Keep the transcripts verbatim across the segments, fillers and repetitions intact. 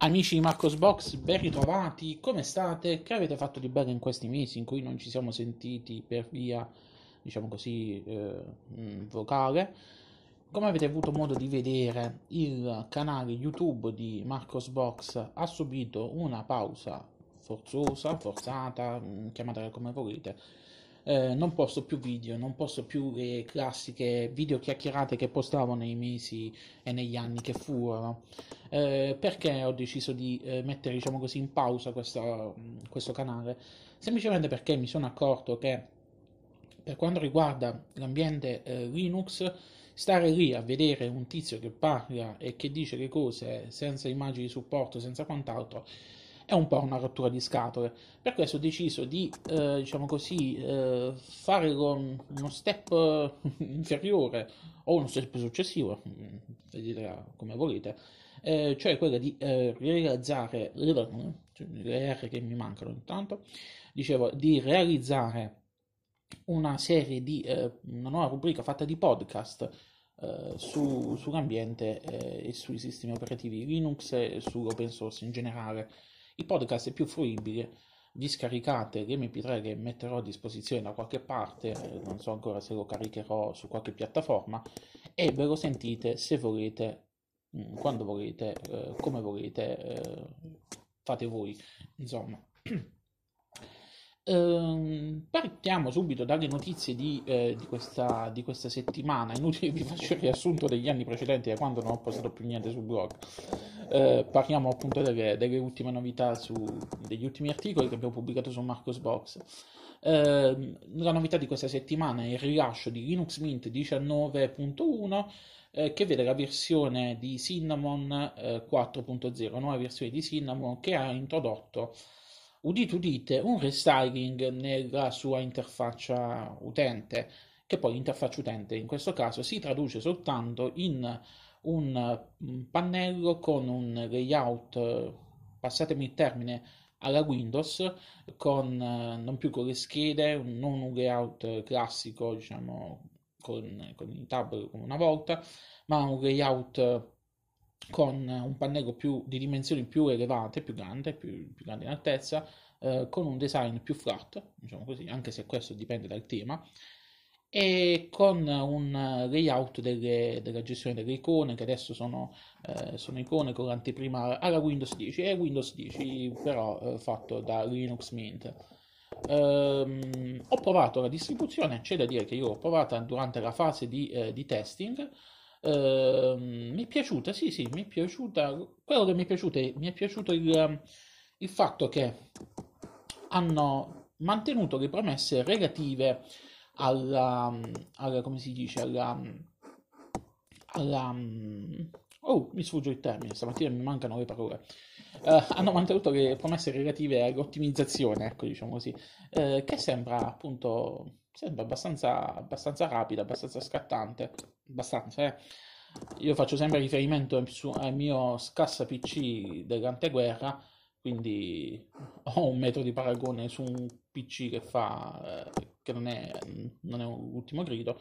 Amici di Marcosbox, ben ritrovati, come state? Che avete fatto di bello in questi mesi in cui non ci siamo sentiti per via, diciamo così, eh, mh, vocale? Come avete avuto modo di vedere, il canale YouTube di Marcosbox ha subito una pausa forzosa, forzata, mh, chiamatela come volete. Eh, non posto più video, non posto più le classiche video chiacchierate che postavo nei mesi e negli anni che furono. Eh, perché ho deciso di eh, mettere, diciamo così, in pausa questa- questo canale? Semplicemente perché mi sono accorto che per quanto riguarda l'ambiente eh, Linux, stare lì a vedere un tizio che parla e che dice le cose senza immagini di supporto, senza quant'altro, è un po' una rottura di scatole. Per questo ho deciso di, eh, diciamo così, eh, fare lo- uno step eh, inferiore o uno step successivo, mm, vedete come volete, eh, cioè quella di eh, realizzare le R che mi mancano intanto, dicevo, di realizzare una serie di, eh, una nuova rubrica fatta di podcast eh, su- sull'ambiente eh, e sui sistemi operativi Linux e sull'open source in generale. Il podcast è più fruibile, vi scaricate l'M P tre che metterò a disposizione da qualche parte, eh, non so ancora se lo caricherò su qualche piattaforma, e ve lo sentite se volete, mm, quando volete, eh, come volete, eh, fate voi, insomma. Ehm, partiamo subito dalle notizie di, eh, di questa, di questa settimana. Inutile che vi faccio il riassunto degli anni precedenti, da quando non ho postato più niente sul blog. Eh, parliamo appunto delle, delle ultime novità, su, degli ultimi articoli che abbiamo pubblicato su Marcosbox. Eh, la novità di questa settimana è il rilascio di Linux Mint diciannove punto uno, eh, che vede la versione di Cinnamon eh, quattro punto zero, nuova versione di Cinnamon che ha introdotto, udite udite, un restyling nella sua interfaccia utente, che poi l'interfaccia utente in questo caso si traduce soltanto in un mm, pannello con un layout, eh, passatemi il termine, alla Windows, con, eh, non più con le schede, non un layout eh, classico, diciamo, con, con i tab come una volta, ma un layout eh, con un pannello più, di dimensioni più elevate, più grande, più, più grande in altezza, eh, con un design più flat, diciamo così, anche se questo dipende dal tema, e con un layout delle- della gestione delle icone, che adesso sono, eh, sono icone con l'anteprima alla Windows dieci, e Windows dieci però eh, fatto da Linux Mint. Ehm, ho provato la distribuzione, c'è da dire che io l'ho provata durante la fase di, eh, di testing. Ehm, mi è piaciuta, sì, sì, mi è piaciuta. Quello che mi è piaciuto è, mi è piaciuto il, il fatto che hanno mantenuto le promesse relative alla, alla- come si dice, alla, alla, oh, mi sfugge il termine, stamattina mi mancano le parole. Eh, hanno mantenuto le promesse relative all'ottimizzazione, ecco, diciamo così, eh, che sembra appunto, sembra abbastanza, abbastanza rapida, abbastanza scattante, abbastanza, eh. Io faccio sempre riferimento su- al mio scassa P C dell'anteguerra, quindi ho un metro di paragone su un P C che fa, eh, che non è, non è un ultimo grido.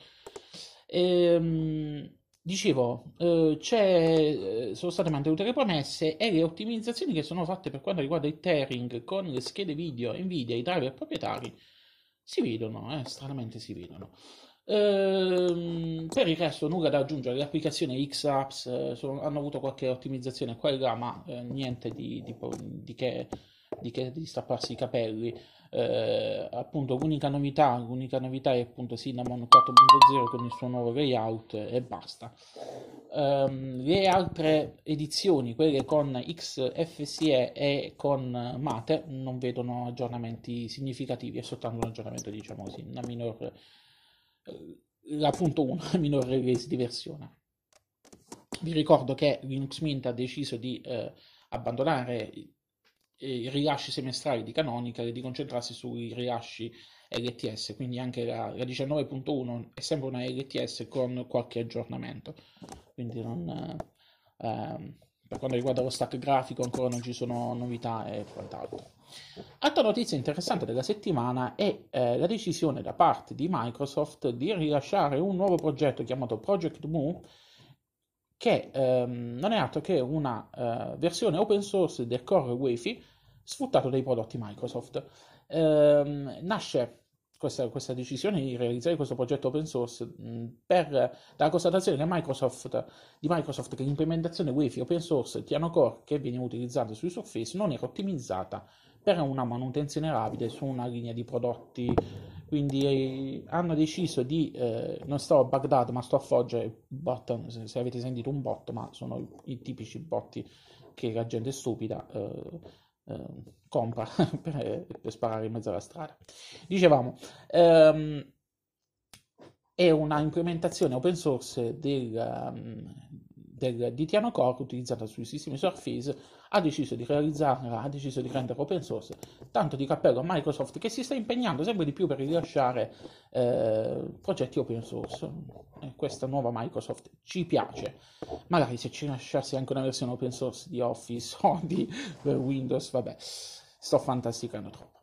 Ehm, dicevo, eh, c'è, eh, sono state mantenute le promesse e le ottimizzazioni che sono fatte per quanto riguarda il tearing con le schede video Nvidia e i driver proprietari si vedono, eh, stranamente si vedono. Ehm, per il resto nulla da aggiungere, le applicazioni X-Apps eh, sono- hanno avuto qualche ottimizzazione qua e là, ma eh, niente di, di po- di che, di che di strapparsi i capelli. Eh, appunto l'unica novità, l'unica novità è appunto Cinnamon quattro punto zero con il suo nuovo layout e basta. Ehm, le altre edizioni, quelle con X F S E e con Mate, non vedono aggiornamenti significativi, è soltanto un aggiornamento, diciamo così, una minor, eh, la punto uno, una minor release di versione. Vi ricordo che Linux Mint ha deciso di eh, abbandonare i, i rilasci semestrali di Canonical e di concentrarsi sui rilasci L T S, quindi anche la, la diciannove punto uno è sempre una L T S con qualche aggiornamento, quindi non, eh, ehm, per quanto riguarda lo stack grafico ancora non ci sono novità e quant'altro. Altra notizia interessante della settimana è eh, la decisione da parte di Microsoft di rilasciare un nuovo progetto chiamato Project Mu, che ehm, non è altro che una eh, versione open source del core Wi-Fi sfruttato dai prodotti Microsoft. Ehm, nasce questa, questa decisione di realizzare questo progetto open source mh, per la constatazione che Microsoft, di Microsoft che l'implementazione Wi-Fi open source Tiano Core che viene utilizzata sui Surface non era ottimizzata per una manutenzione rapida su una linea di prodotti. Quindi eh, hanno deciso di, eh, non sto a Baghdad ma sto a Foggia, bot, se, se avete sentito un bot, ma sono i, i tipici botti che la gente stupida eh, eh, compra per, per sparare in mezzo alla strada. Dicevamo, ehm, è una implementazione open source del, um, del, di Tiano Core utilizzata sui sistemi Surface, ha deciso di realizzarla, ha deciso di renderla open source, tanto di cappello a Microsoft che si sta impegnando sempre di più per rilasciare eh, progetti open source. E questa nuova Microsoft ci piace, magari se ci lasciassi anche una versione open source di Office o di Windows, vabbè, sto fantasticando troppo.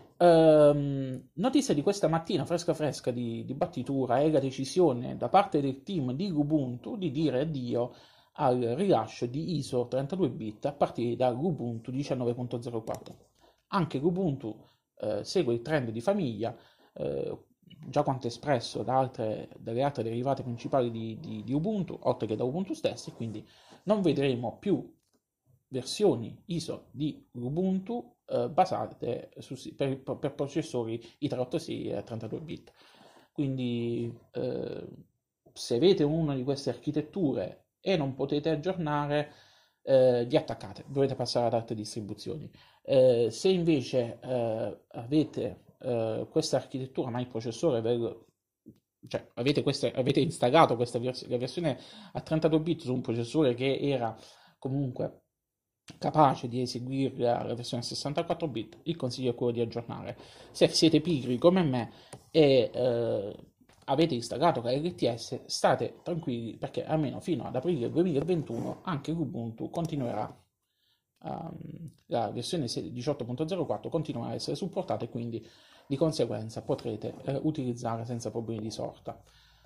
Ehm, notizia di questa mattina, fresca fresca di, di battitura, è la decisione da parte del team di Ubuntu di dire addio al rilascio di I S O trentadue bit a partire da Ubuntu diciannove punto zero quattro. Anche Ubuntu eh, segue il trend di famiglia, eh, già quanto espresso da altre, dalle altre derivate principali di, di, di Ubuntu, oltre che da Ubuntu stesso, quindi non vedremo più versioni I S O di Ubuntu eh, basate su, per, per processori i tre ottantasei e trentadue bit. Quindi eh, se avete una di queste architetture e non potete aggiornare, eh, vi attaccate, dovete passare ad altre distribuzioni. Eh, se invece eh, avete eh, questa architettura, ma il processore ve, cioè avete, queste, avete installato questa vers- la versione a trentadue bit su un processore che era comunque capace di eseguire la versione a sessantaquattro bit, il consiglio è quello di aggiornare. Se siete pigri come me e eh, avete installato K L T S, state tranquilli perché almeno fino ad aprile duemilaventuno anche Ubuntu continuerà. Um, la versione diciotto punto zero quattro continuerà a essere supportata e quindi di conseguenza potrete eh, utilizzare senza problemi di sorta.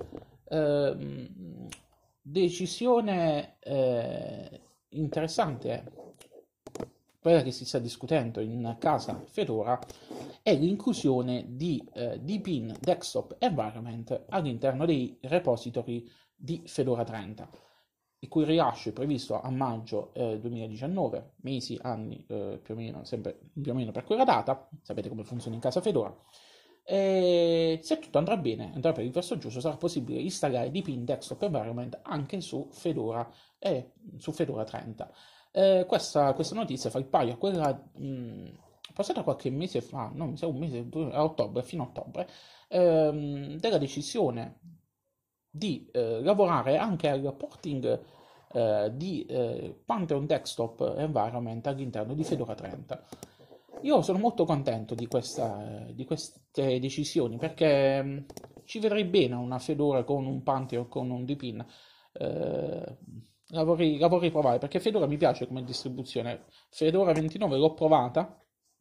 Uh, decisione eh, interessante è quella che si sta discutendo in casa Fedora è l'inclusione di eh, Deepin Desktop Environment all'interno dei repository di Fedora trenta, il cui rilascio è previsto a maggio eh, duemiladiciannove, mesi, anni, eh, più o meno, sempre più o meno per quella data. Sapete come funziona in casa Fedora. E se tutto andrà bene, andrà per il verso giusto, sarà possibile installare Deepin Desktop Environment anche su Fedora e su Fedora trenta. Eh, questa, questa notizia fa il paio a quella mh, passata qualche mese fa, no, mi sa un mese, due, a ottobre, fino a ottobre, ehm, della decisione di eh, lavorare anche al porting eh, di eh, Pantheon Desktop Environment all'interno di Fedora trenta. Io sono molto contento di, questa, di queste decisioni perché mh, ci vedrei bene una Fedora con un Pantheon, con un Deepin. Eh, la, vorrei, la vorrei provare perché Fedora mi piace come distribuzione. Fedora ventinove l'ho provata.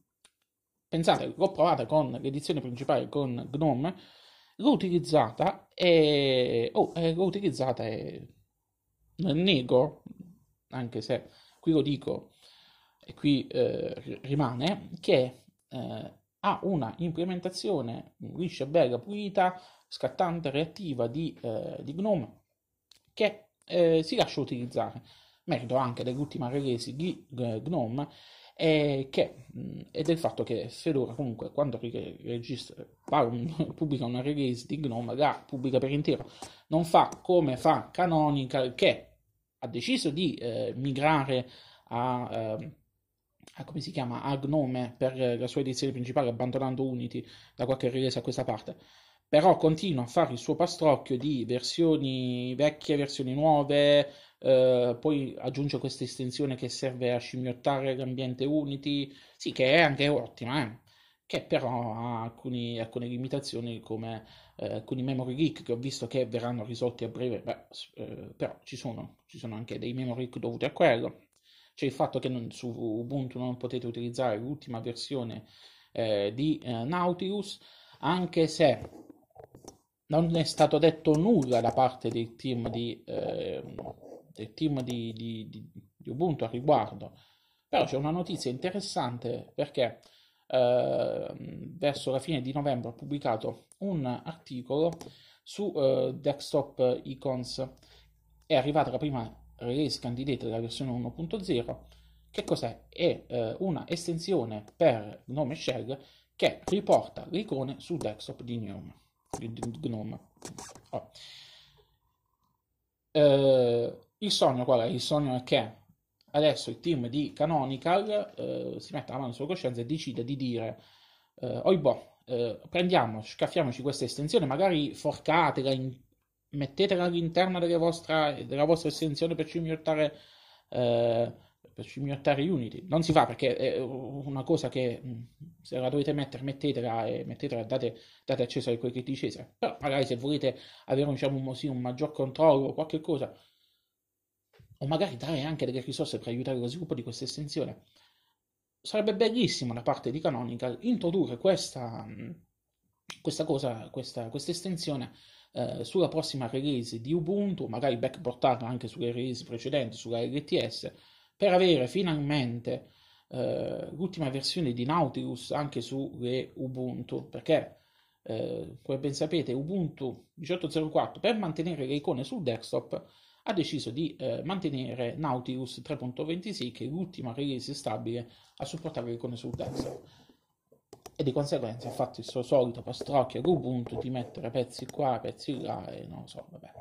Pensate, l'ho provata con l'edizione principale con Gnome, l'ho utilizzata e oh, eh, l'ho utilizzata e non nego, anche se qui lo dico e qui eh, rimane, che eh, ha una implementazione liscia, bella, pulita, scattante, reattiva di, eh, di Gnome che eh, si lascia utilizzare. Merito anche dell'ultima release di eh, Gnome e, che, mh, e del fatto che Fedora comunque quando registra, un, pubblica una release di Gnome la pubblica per intero, non fa come fa Canonical che ha deciso di eh, migrare a, eh, a come si chiama a Gnome per la sua edizione principale abbandonando Unity da qualche release a questa parte, però continua a fare il suo pastrocchio di versioni vecchie, versioni nuove, eh, poi aggiunge questa estensione che serve a scimmiottare l'ambiente Unity, sì, che è anche ottima, eh, che però ha alcuni, alcune limitazioni come eh, alcuni memory leak che ho visto che verranno risolti a breve, beh, eh, però ci sono, ci sono anche dei memory leak dovuti a quello. C'è il fatto che non, su Ubuntu non potete utilizzare l'ultima versione eh, di eh, Nautilus, anche se non è stato detto nulla da parte del team di, eh, del team di, di, di, di Ubuntu a riguardo, però c'è una notizia interessante perché eh, verso la fine di novembre ho pubblicato un articolo su eh, Desktop Icons. È arrivata la prima release candidate della versione uno punto zero. Che cos'è? È eh, una estensione per Gnome Shell che riporta le icone sul desktop di Gnome. Di, di Gnome. Oh. Eh, il sogno qual è? Il sogno è che adesso il team di Canonical eh, si metta la mano sulla coscienza e decide di dire eh, oi boh, eh, prendiamo, scaffiamoci questa estensione, magari forcatela, in, mettetela all'interno delle vostra, della vostra estensione per cimiottare eh, per cimiottare Unity. Non si fa perché è una cosa che se la dovete mettere, mettetela e mettetela, date, date accesso a quel che dice Cesare. Però magari se volete avere diciamo, un, sì, un maggior controllo o qualche cosa, o magari dare anche delle risorse per aiutare lo sviluppo di questa estensione, sarebbe bellissimo da parte di Canonical introdurre questa, questa cosa, questa, questa estensione eh, sulla prossima release di Ubuntu, magari backportarla anche sulle release precedenti, sulla L T S, per avere finalmente eh, l'ultima versione di Nautilus anche sulle Ubuntu, perché eh, come ben sapete Ubuntu diciotto zero quattro per mantenere le icone sul desktop ha deciso di eh, mantenere Nautilus tre punto ventisei, che è l'ultima release stabile a supportare le icone sul desktop. E di conseguenza ha fatto il suo solito pastrocchio con Ubuntu di mettere pezzi qua, pezzi là, e non lo so, vabbè.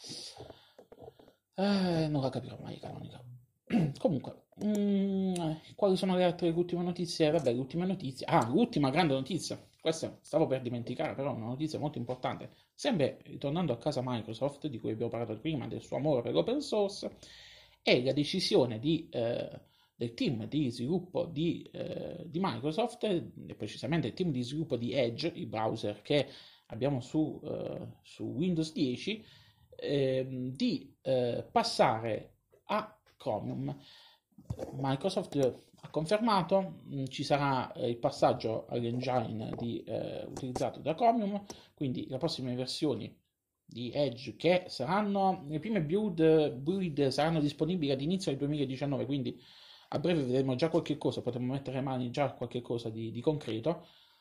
Eh, non la capirò mai Canonical. Comunque, mm, quali sono le altre ultime notizie? Vabbè, le ultime notizie. Ah, l'ultima grande notizia. Questa stavo per dimenticare, però è una notizia molto importante. Sempre ritornando a casa Microsoft, di cui abbiamo parlato prima, del suo amore per l'open source, è la decisione di, eh, del team di sviluppo di, eh, di Microsoft, e precisamente il team di sviluppo di Edge, il browser che abbiamo su, eh, su Windows dieci, eh, di eh, passare a Chromium. Microsoft ha confermato, mh, ci sarà eh, il passaggio all'engine di, eh, utilizzato da Chromium, quindi le prossime versioni di Edge che saranno, le prime build, build saranno disponibili ad inizio del duemiladiciannove, quindi a breve vedremo già qualche cosa, potremo mettere in mano già qualche cosa di, di concreto.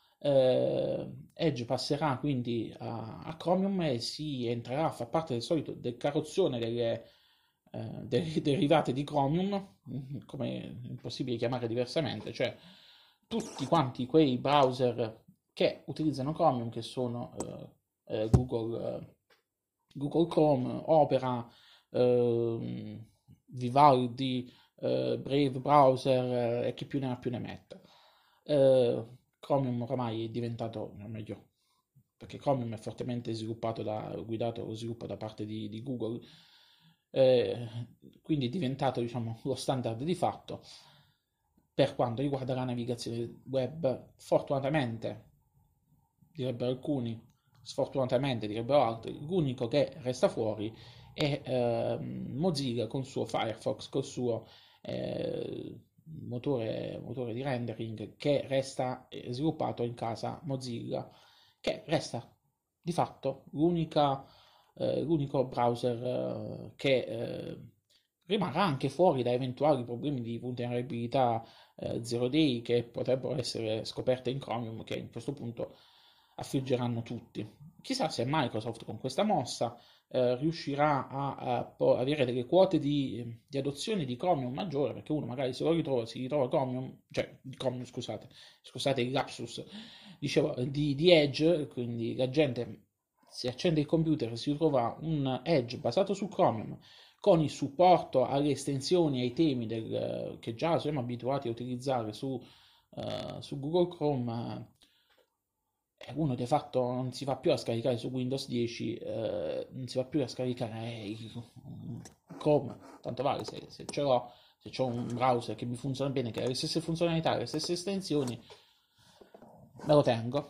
Eh, Edge passerà quindi a, a Chromium e si entrerà a far parte del solito del carrozzone delle eh, de- derivate di Chromium, come è impossibile chiamare diversamente, cioè tutti quanti quei browser che utilizzano Chromium, che sono eh, eh, Google, eh, Google Chrome, Opera, eh, Vivaldi, eh, Brave Browser eh, e chi più ne ha più ne metta. Eh, Chromium oramai è diventato, o meglio, perché Chromium è fortemente sviluppato da, guidato lo sviluppo da parte di, di Google, eh, quindi è diventato diciamo, lo standard di fatto per quanto riguarda la navigazione web. Fortunatamente, direbbero alcuni, sfortunatamente direbbero altri, l'unico che resta fuori è eh, Mozilla con il suo Firefox, col suo eh, motore, motore di rendering che resta sviluppato in casa Mozilla, che resta di fatto l'unica, eh, l'unico browser eh, che eh, rimarrà anche fuori da eventuali problemi di vulnerabilità eh, zero day che potrebbero essere scoperte in Chromium, che in questo punto affliggeranno tutti. Chissà se Microsoft con questa mossa eh, riuscirà a, a po- avere delle quote di, di adozione di Chromium maggiore, perché uno magari se lo ritrova, si ritrova Chromium, cioè Chromium, scusate, scusate il lapsus, dicevo, di, di Edge, quindi la gente si accende il computer e si trova un Edge basato su Chromium con il supporto alle estensioni e ai temi del, che già siamo abituati a utilizzare su, uh, su Google Chrome. Eh, uno di fatto non si va più a scaricare su Windows dieci, eh, non si va più a scaricare il, Chrome, tanto vale se, se ce l'ho, se ho un browser che mi funziona bene, che ha le stesse funzionalità, le stesse estensioni, me lo tengo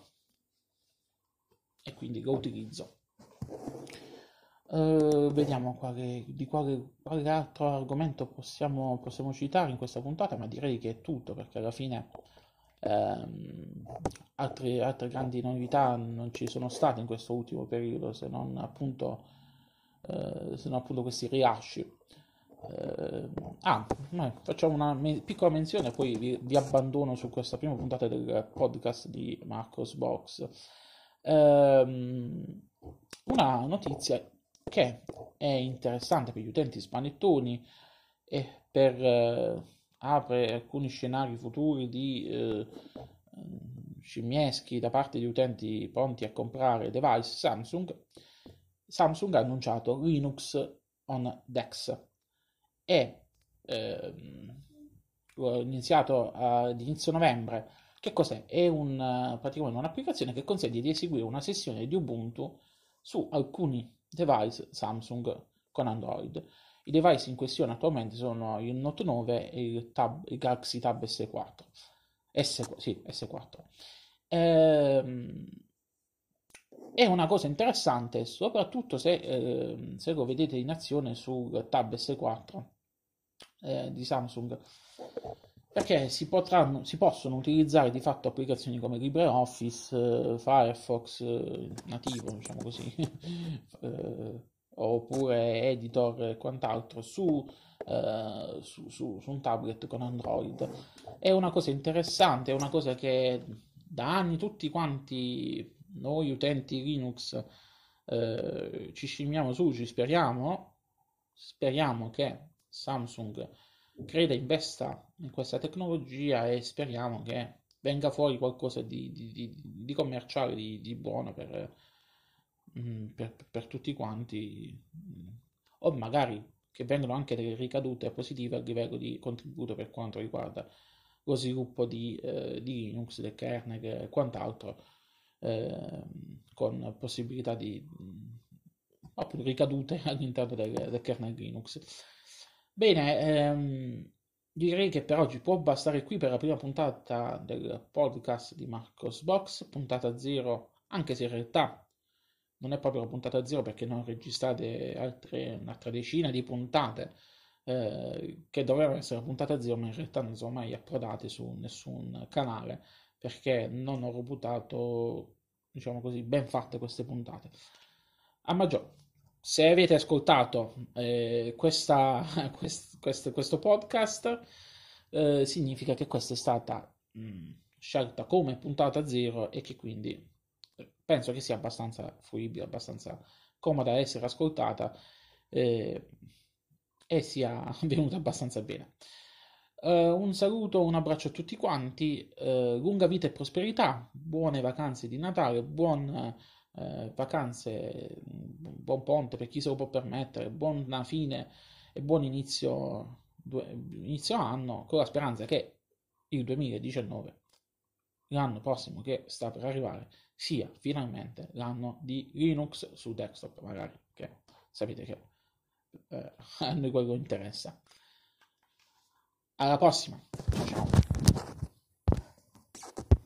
e quindi lo utilizzo. Uh, vediamo quale, di quale, quale altro argomento possiamo, possiamo citare in questa puntata, ma direi che è tutto perché alla fine ehm, altre, altre grandi novità non ci sono state in questo ultimo periodo, se non appunto, eh, se non appunto questi rilasci. Eh, ah, eh, facciamo una me- piccola menzione, poi vi, vi abbandono su questa prima puntata del podcast di Marcos Box. Ehm, una notizia che è interessante per gli utenti smanettoni e per eh, apre alcuni scenari futuri di eh, scimmieschi da parte di utenti pronti a comprare device Samsung. Samsung ha annunciato Linux on DeX e ehm, l'ho iniziato ad inizio novembre. Che cos'è? È un, eh, praticamente un'applicazione che consente di eseguire una sessione di Ubuntu su alcuni device Samsung con Android. I device in questione attualmente sono il Note nove e il, Tab, il Galaxy Tab S quattro. S, sì, S quattro. Ehm, è una cosa interessante, soprattutto se, eh, se lo vedete in azione sul Tab S quattro eh, di Samsung, perché si potranno, si possono utilizzare di fatto applicazioni come LibreOffice, eh, Firefox eh, nativo, diciamo così, eh, oppure editor e quant'altro su, eh, su, su- su un tablet con Android. È una cosa interessante, è una cosa che da anni tutti quanti noi utenti Linux eh, ci scimmiamo su, ci speriamo, speriamo che Samsung creda, investa in questa tecnologia e speriamo che venga fuori qualcosa di, di- di- di commerciale, di, di buono per, mm, per- per tutti quanti, mm, o magari che vengano anche delle ricadute positive a livello di contributo per quanto riguarda lo sviluppo di, eh, di Linux, del kernel e quant'altro, ehm, con possibilità di mm, appunto, ricadute all'interno del, del kernel Linux. Bene, ehm, direi che per oggi può bastare qui per la prima puntata del podcast di Marcos Box, puntata zero, anche se in realtà non è proprio la puntata zero perché non registrate altre, un'altra decina di puntate eh, che dovevano essere la puntata zero, ma in realtà non sono mai approdate su nessun canale perché non ho reputato, diciamo così, ben fatte queste puntate. A maggior, se avete ascoltato eh, questa, quest- quest- questo podcast, eh, significa che questa è stata mh, scelta come puntata zero e che quindi eh, penso che sia abbastanza fruibile, abbastanza comoda da essere ascoltata eh, e sia venuta abbastanza bene. Eh, un saluto, un abbraccio a tutti quanti, eh, lunga vita e prosperità, buone vacanze di Natale, buon eh, vacanze, buon ponte per chi se lo può permettere, buona fine e buon inizio, due- inizio anno, con la speranza che il duemiladiciannove, l'anno prossimo che sta per arrivare, sia finalmente l'anno di Linux su desktop, magari, che sapete che eh, a noi quello interessa. Alla prossima, ciao ciao.